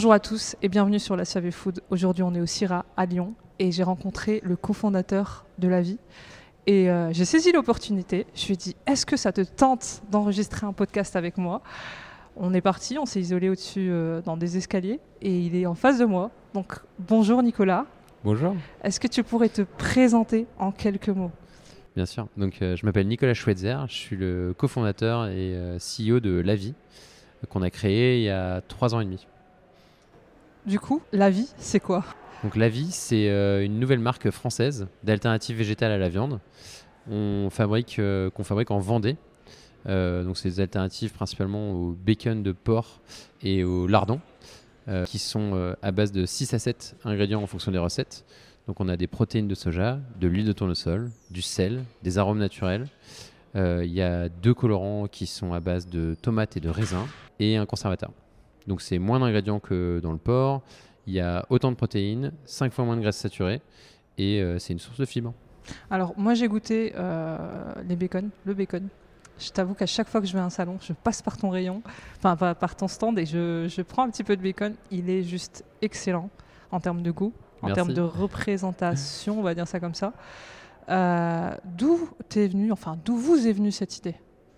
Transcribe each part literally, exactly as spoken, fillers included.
Bonjour à tous et bienvenue sur la S A V Food. Aujourd'hui, on est au CIRA à Lyon et j'ai rencontré le cofondateur de La Vie. Et euh, j'ai saisi l'opportunité. Je lui ai dit, est-ce que ça te tente d'enregistrer un podcast avec moi ? On est parti, on s'est isolé au-dessus euh, dans des escaliers et il est en face de moi. Donc bonjour Nicolas. Bonjour. Est-ce que tu pourrais te présenter en quelques mots ? Bien sûr. Donc, euh, je m'appelle Nicolas Schweitzer, je suis le cofondateur et euh, C E O de La Vie, euh, qu'on a créé il y a trois ans et demi. Du coup, La Vie, c'est quoi ? Donc, La Vie, c'est euh, une nouvelle marque française d'alternatives végétales à la viande. On fabrique, euh, qu'on fabrique en Vendée. Euh, donc, c'est des alternatives principalement au bacon de porc et au lardon, euh, qui sont euh, à base de six à sept ingrédients en fonction des recettes. Donc on a des protéines de soja, de l'huile de tournesol, du sel, des arômes naturels. Euh, Il y a deux colorants qui sont à base de tomates et de raisins et un conservateur. Donc c'est moins d'ingrédients que dans le porc. Il y a autant de protéines, cinq fois moins de graisses saturées et euh, c'est une source de fibres. Alors moi j'ai goûté euh, les bacon, le bacon. Je t'avoue qu'à chaque fois que je vais à un salon, je passe par ton rayon, enfin par, par ton stand et je, je prends un petit peu de bacon. Il est juste excellent en termes de goût. En Merci. termes de représentation, on va dire ça comme ça. Euh, d'où t'es venu, enfin d'où vous est venue cette idée ?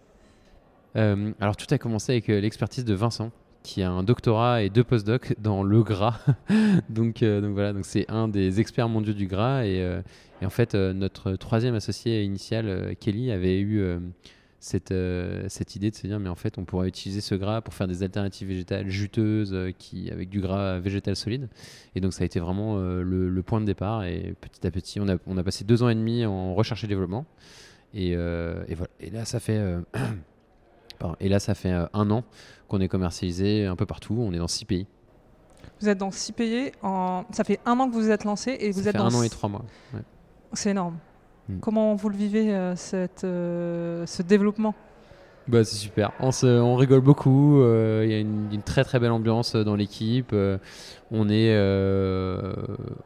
Euh, alors tout a commencé avec euh, l'expertise de Vincent, qui a un doctorat et deux post-docs dans le gras. donc, euh, donc voilà, donc c'est un des experts mondiaux du gras. Et, euh, et en fait, euh, notre troisième associé initial, euh, Kelly, avait eu euh, cette, euh, cette idée de se dire, mais en fait, on pourrait utiliser ce gras pour faire des alternatives végétales juteuses euh, qui, avec du gras végétal solide. Et donc ça a été vraiment euh, le, le point de départ. Et petit à petit, on a, on a passé deux ans et demi en recherche et développement. Et, euh, et voilà. Et là, ça fait... Euh, Pardon. Et là, ça fait euh, un an qu'on est commercialisé un peu partout. On est dans six pays. Vous êtes dans six pays, en... ça fait un an que vous vous êtes lancé et vous ça êtes fait dans... un an et trois mois. Ouais. C'est énorme. Mm. Comment vous le vivez, euh, cette, euh, ce développement ? Bah, c'est super. On, se, on rigole beaucoup. Il euh, y a une, une très très belle ambiance dans l'équipe. Euh, on est... Euh,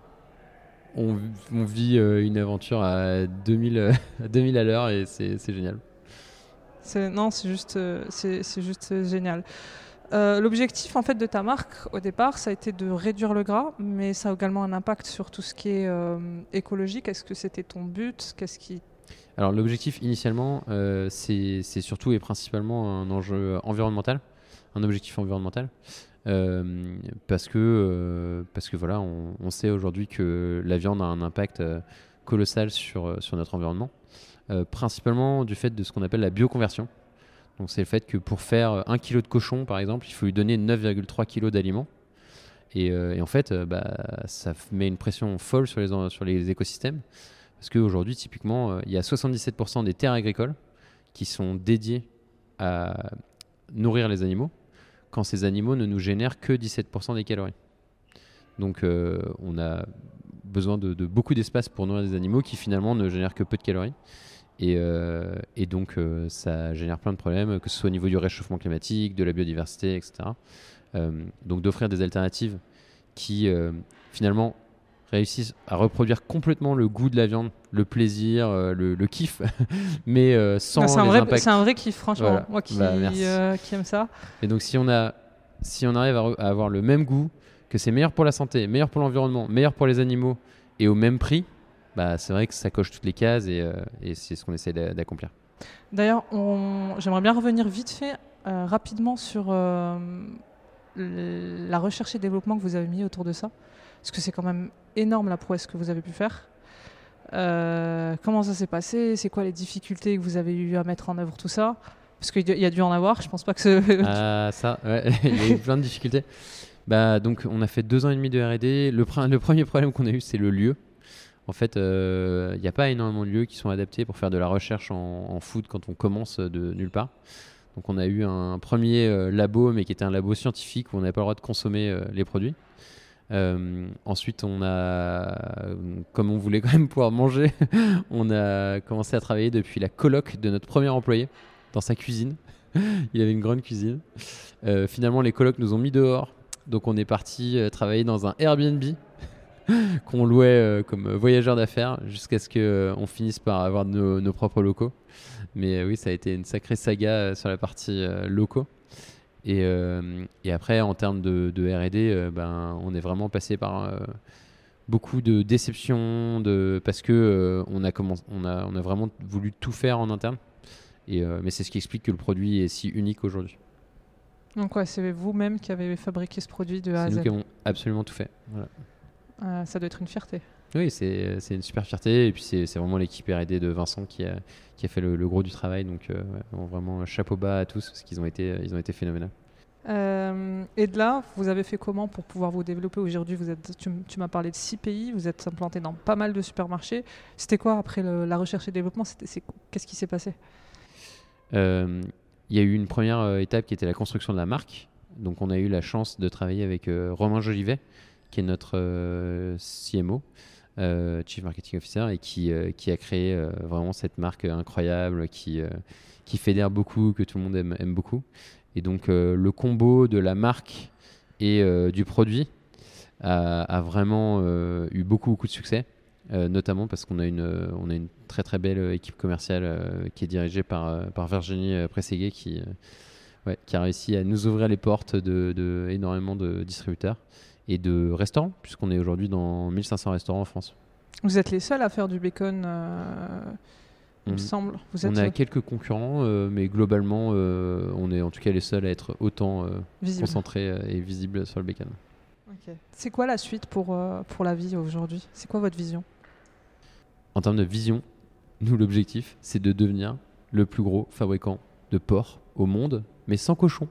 on, on vit euh, une aventure à deux mille, à deux mille à l'heure et c'est, c'est génial. C'est, non, c'est juste, euh, c'est, c'est juste euh, génial. Euh, l'objectif en fait de ta marque au départ, ça a été de réduire le gras, mais ça a également un impact sur tout ce qui est euh, écologique. Est-ce que c'était ton but ? Qu'est-ce qui... Alors l'objectif initialement, euh, c'est, c'est surtout et principalement un enjeu environnemental, un objectif environnemental, euh, parce que euh, parce que voilà, on, on sait aujourd'hui que la viande a un impact euh, colossal sur sur notre environnement. Euh, principalement du fait de ce qu'on appelle la bioconversion. Donc c'est le fait que pour faire un kilo de cochon, par exemple, il faut lui donner neuf virgule trois kilos d'aliments. Et, euh, et en fait, euh, bah, ça met une pression folle sur les, sur les écosystèmes. Parce qu'aujourd'hui, typiquement, euh, il y a soixante-dix-sept pour cent des terres agricoles qui sont dédiées à nourrir les animaux, quand ces animaux ne nous génèrent que dix-sept pour cent des calories. Donc euh, on a besoin de, de beaucoup d'espace pour nourrir des animaux qui finalement ne génèrent que peu de calories. Et, euh, et donc, euh, ça génère plein de problèmes, que ce soit au niveau du réchauffement climatique, de la biodiversité, et cetera. Euh, donc, d'offrir des alternatives qui, euh, finalement, réussissent à reproduire complètement le goût de la viande, le plaisir, euh, le, le kiff, mais euh, sans bah, c'est un les vrai, impacts. C'est un vrai kiff, franchement. Voilà. Moi qui, Bah, euh, qui aime ça. Et donc, si on, a, si on arrive à, re- à avoir le même goût, que c'est meilleur pour la santé, meilleur pour l'environnement, meilleur pour les animaux, et au même prix, bah, c'est vrai que ça coche toutes les cases et, euh, et c'est ce qu'on essaie d'a- d'accomplir. D'ailleurs, on... j'aimerais bien revenir vite fait, euh, rapidement sur euh, l- la recherche et développement que vous avez mis autour de ça. Parce que c'est quand même énorme la prouesse que vous avez pu faire. Euh, comment ça s'est passé ? C'est quoi les difficultés que vous avez eu à mettre en œuvre tout ça ? Parce qu'il y a dû en avoir, je pense pas que ce... Ah, ça, ouais, il y a eu plein de difficultés. Bah, donc, on a fait deux ans et demi de R et D. Le, pr- le premier problème qu'on a eu, c'est le lieu. En fait, il euh, n'y a pas énormément de lieux qui sont adaptés pour faire de la recherche en, en food quand on commence de nulle part. Donc on a eu un premier euh, labo, mais qui était un labo scientifique où on n'avait pas le droit de consommer euh, les produits. Euh, ensuite, on a, comme on voulait quand même pouvoir manger, on a commencé à travailler depuis la coloc de notre premier employé dans sa cuisine. Il avait une grande cuisine. Euh, finalement, les colocs nous ont mis dehors. Donc on est parti euh, travailler dans un Airbnb qu'on louait euh, comme voyageurs d'affaires jusqu'à ce qu'on euh, finisse par avoir nos, nos propres locaux. Mais euh, oui, ça a été une sacrée saga euh, sur la partie euh, locaux. Et, euh, et après, en termes de, de R et D, euh, ben, on est vraiment passé par euh, beaucoup de déceptions de, parce que euh, on, a commencé, on, a, on a vraiment voulu tout faire en interne. Et, euh, mais c'est ce qui explique que le produit est si unique aujourd'hui. Donc ouais, c'est vous-même qui avez fabriqué ce produit de A à C'est Z. nous qui avons absolument tout fait. Voilà. Euh, ça doit être une fierté. Oui, c'est, c'est une super fierté. Et puis c'est, c'est vraiment l'équipe R et D de Vincent qui a, qui a fait le, le gros du travail. Donc euh, ouais, vraiment chapeau bas à tous parce qu'ils ont été, ils ont été phénoménaux. Euh, et de là, vous avez fait comment pour pouvoir vous développer aujourd'hui? Vous êtes, tu, tu m'as parlé de six pays, vous êtes implanté dans pas mal de supermarchés. C'était quoi après le, la recherche et développement? C'était, c'est, qu'est-ce qui s'est passé? Euh, Il y a eu une première euh, étape qui était la construction de la marque. Donc on a eu la chance de travailler avec euh, Romain Jolivet, qui est notre euh, C M O, euh, Chief Marketing Officer, et qui, euh, qui a créé euh, vraiment cette marque incroyable, qui, euh, qui fédère beaucoup, que tout le monde aime, aime beaucoup. Et donc euh, le combo de la marque et euh, du produit a, a vraiment euh, eu beaucoup, beaucoup de succès. Euh, notamment parce qu'on a une, euh, on a une très très belle euh, équipe commerciale euh, qui est dirigée par, euh, par Virginie euh, Prességuet qui, euh, ouais, qui a réussi à nous ouvrir les portes de, de énormément de distributeurs et de restaurants, puisqu'on est aujourd'hui dans mille cinq cents restaurants en France. Vous êtes les seuls à faire du bacon, euh, il me On- semble. Vous On êtes a quelques concurrents, euh, mais globalement, euh, on est en tout cas les seuls à être autant euh, visible. concentrés euh, et visibles sur le bacon. Ok. C'est quoi la suite pour, euh, pour la vie aujourd'hui? C'est quoi votre vision? En termes de vision, nous, l'objectif, c'est de devenir le plus gros fabricant de porc au monde, mais sans cochon.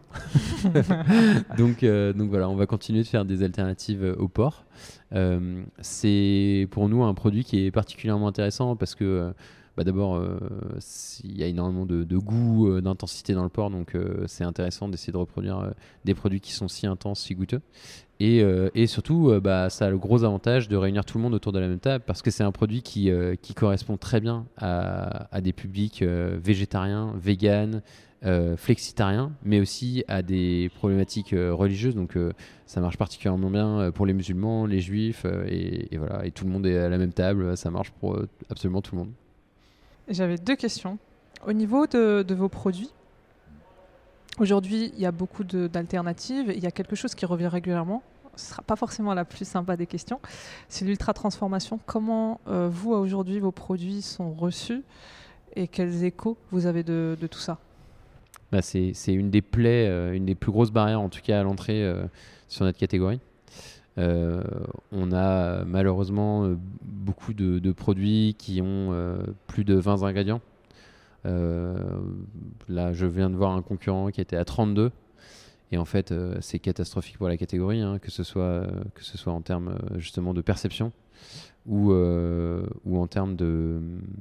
donc, euh, donc voilà, on va continuer de faire des alternatives euh, au porc. Euh, c'est pour nous un produit qui est particulièrement intéressant parce que euh, bah d'abord, euh, il y a énormément de, de goût, euh, d'intensité dans le porc, donc euh, c'est intéressant d'essayer de reproduire euh, des produits qui sont si intenses, si goûteux. Et, euh, et surtout, euh, bah, ça a le gros avantage de réunir tout le monde autour de la même table parce que c'est un produit qui, euh, qui correspond très bien à, à des publics euh, végétariens, véganes, euh, flexitariens, mais aussi à des problématiques euh, religieuses. Donc euh, ça marche particulièrement bien euh, pour les musulmans, les juifs, euh, et, et voilà. Et tout le monde est à la même table, ça marche pour euh, absolument tout le monde. J'avais deux questions. Au niveau de, de vos produits, aujourd'hui, il y a beaucoup de- d'alternatives. Il y a quelque chose qui revient régulièrement. Ce ne sera pas forcément la plus sympa des questions. C'est l'ultra-transformation. Comment, euh, vous, aujourd'hui, vos produits sont reçus et quels échos vous avez de, de tout ça? Bah, c'est, c'est une des plaies, euh, une des plus grosses barrières en tout cas à l'entrée euh, sur notre catégorie. Euh, on a malheureusement euh, beaucoup de, de produits qui ont euh, plus de vingt ingrédients. Euh, là, je viens de voir un concurrent qui était à trente-deux. Et en fait, euh, c'est catastrophique pour la catégorie, hein, que ce soit, euh, que ce soit en termes euh, justement de perception ou, euh, ou en termes de,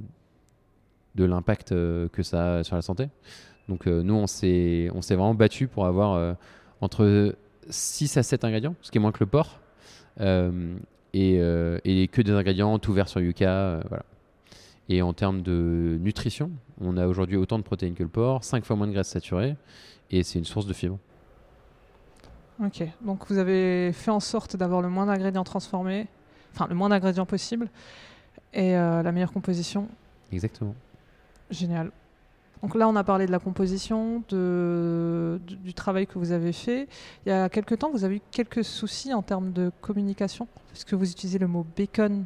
de l'impact euh, que ça a sur la santé. Donc euh, nous, on s'est, on s'est vraiment battu pour avoir euh, entre six à sept ingrédients, ce qui est moins que le porc, euh, et, euh, et que des ingrédients tout verts sur Yuka. Euh, voilà. Et en termes de nutrition, on a aujourd'hui autant de protéines que le porc, cinq fois moins de graisses saturées, et c'est une source de fibres. Ok, donc vous avez fait en sorte d'avoir le moins d'ingrédients transformés, enfin le moins d'ingrédients possible, et euh, la meilleure composition. Exactement. Génial. Donc là, on a parlé de la composition, de, du, du travail que vous avez fait. Il y a quelques temps, vous avez eu quelques soucis en termes de communication, parce que vous utilisez le mot bacon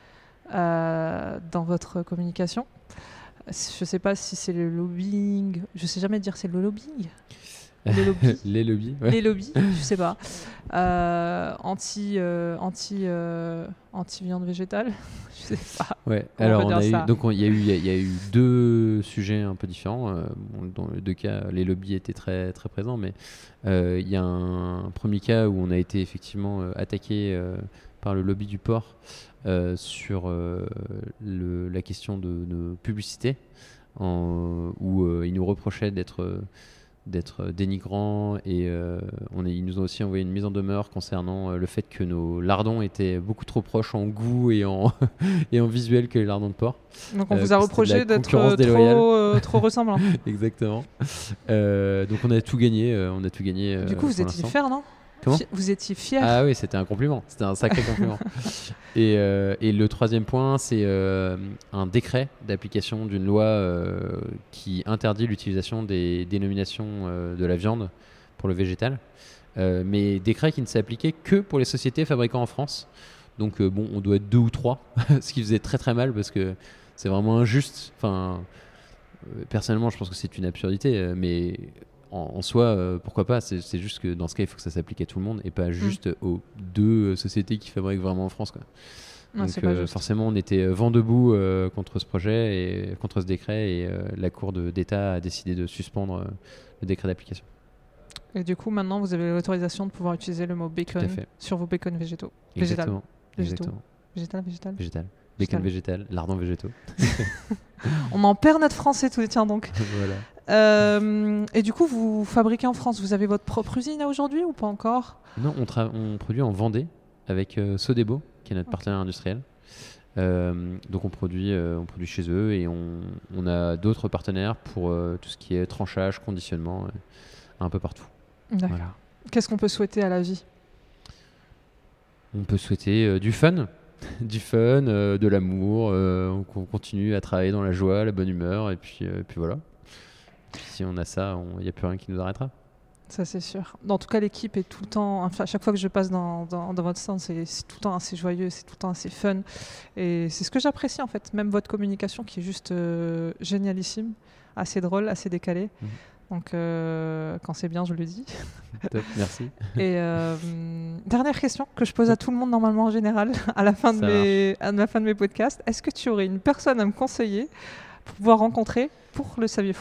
euh, dans votre communication. Je ne sais pas si c'est le lobbying, je ne sais jamais dire c'est le lobbying. Les lobbies. Les lobbies. Ouais. Les lobbies, je sais pas. Euh, anti, euh, anti, euh, anti viande végétale, je sais pas. Ouais. Comment Alors on peut on a dire eu, ça donc il y a eu, il y, y a eu deux sujets un peu différents. Euh, bon, dans les deux cas, les lobbies étaient très très présents, mais euh, il y a un, un premier cas où on a été effectivement euh, attaqué euh, par le lobby du porc euh, sur euh, le, la question de, de publicité, en, où euh, ils nous reprochaient d'être euh, d'être dénigrants et euh, on est, ils nous ont aussi envoyé une mise en demeure concernant euh, le fait que nos lardons étaient beaucoup trop proches en goût et en, et en visuel que les lardons de porc. Donc on Euh, vous a que c'était de reproché la d'être concurrence euh, déloyale. trop, euh, trop ressemblant. Exactement. Euh, donc on a tout gagné. euh, on a tout gagné. Du euh, coup, vous pour étiez l'instant. fiers, non? Comment Fi- Vous étiez fiers? Ah oui, c'était un compliment. C'était un sacré compliment. Et, euh, et le troisième point, c'est euh, un décret d'application d'une loi euh, qui interdit l'utilisation des dénominations euh, de la viande pour le végétal. Euh, mais décret qui ne s'appliquait que pour les sociétés fabriquant en France. Donc euh, bon, on doit être deux ou trois, ce qui faisait très très mal parce que c'est vraiment injuste. Enfin, euh, personnellement, je pense que c'est une absurdité, euh, mais en, en soi, euh, pourquoi pas. C'est, c'est juste que dans ce cas, il faut que ça s'applique à tout le monde et pas juste mmh. aux deux sociétés qui fabriquent vraiment en France, quoi. Non, donc euh, forcément, on était vent debout euh, contre ce projet et contre ce décret, et euh, la Cour de, d'État a décidé de suspendre euh, le décret d'application. Et du coup, maintenant, vous avez l'autorisation de pouvoir utiliser le mot bacon sur vos bacons végétaux. Exactement. Végétal. Exactement. Végétal, végétal. Végétal. Bacon végétal, lardons végétaux. On en perd notre français tout, tiens donc. Voilà. Euh, et du coup, vous fabriquez en France, vous avez votre propre usine à aujourd'hui ou pas encore ? Non, on, tra- on produit en Vendée avec euh, Sodebo, qui est notre okay. partenaire industriel. Euh, donc on produit, euh, on produit chez eux, et on, on a d'autres partenaires pour euh, tout ce qui est tranchage, conditionnement, euh, un peu partout. D'accord. Voilà. Qu'est-ce qu'on peut souhaiter à la vie ? On peut souhaiter euh, du fun, du fun, euh, de l'amour, euh, qu'on continue à travailler dans la joie, la bonne humeur, et puis, euh, puis voilà. Puis si on a ça, il n'y a plus rien qui nous arrêtera. Ça, c'est sûr. En tout cas, l'équipe est tout le temps... Enfin, à chaque fois que je passe dans, dans, dans votre stand, c'est, c'est tout le temps assez joyeux, c'est tout le temps assez fun. Et c'est ce que j'apprécie, en fait. Même votre communication qui est juste euh, génialissime, assez drôle, assez décalée. Mmh. Donc, euh, quand c'est bien, je le dis. Top, merci. Et euh, dernière question que je pose à tout le monde, normalement, en général, à la fin, de mes, à la fin de mes podcasts. Est-ce que tu aurais une personne à me conseiller pour pouvoir rencontrer pour le Saviez Food ?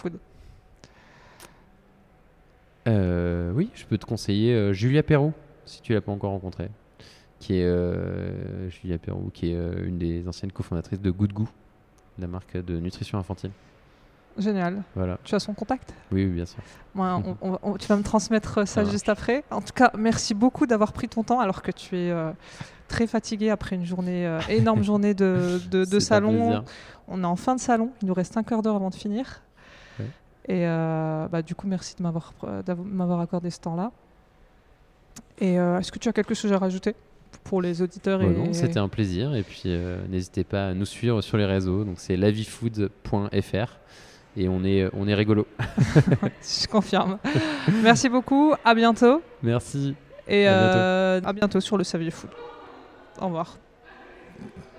Euh, oui, je peux te conseiller euh, Julia Perroux, si tu l'as pas encore rencontrée, qui est euh, Julia Perroux, qui est euh, une des anciennes cofondatrices de Good Goût, la marque de nutrition infantile. Génial. Voilà. Tu as son contact ? Oui, oui, bien sûr. Ouais, on, on, on, tu vas me transmettre ça, ça juste après. En tout cas, merci beaucoup d'avoir pris ton temps alors que tu es euh, très fatigué après une journée, euh, énorme journée de, de, de salon. On est en fin de salon, il nous reste cinq heures d'heure avant de finir. Ouais. Et euh, bah, du coup, merci de m'avoir, de m'avoir accordé ce temps-là. Et euh, est-ce que tu as quelque chose à rajouter pour les auditeurs? Bon, et... non, c'était un plaisir. Et puis, euh, n'hésitez pas à nous suivre sur les réseaux. Donc, c'est lavifood point f r. Et on est, on est rigolo. Je confirme. Merci beaucoup. À bientôt. Merci. Et à, euh, bientôt. à bientôt sur le Saviez Food. Au revoir.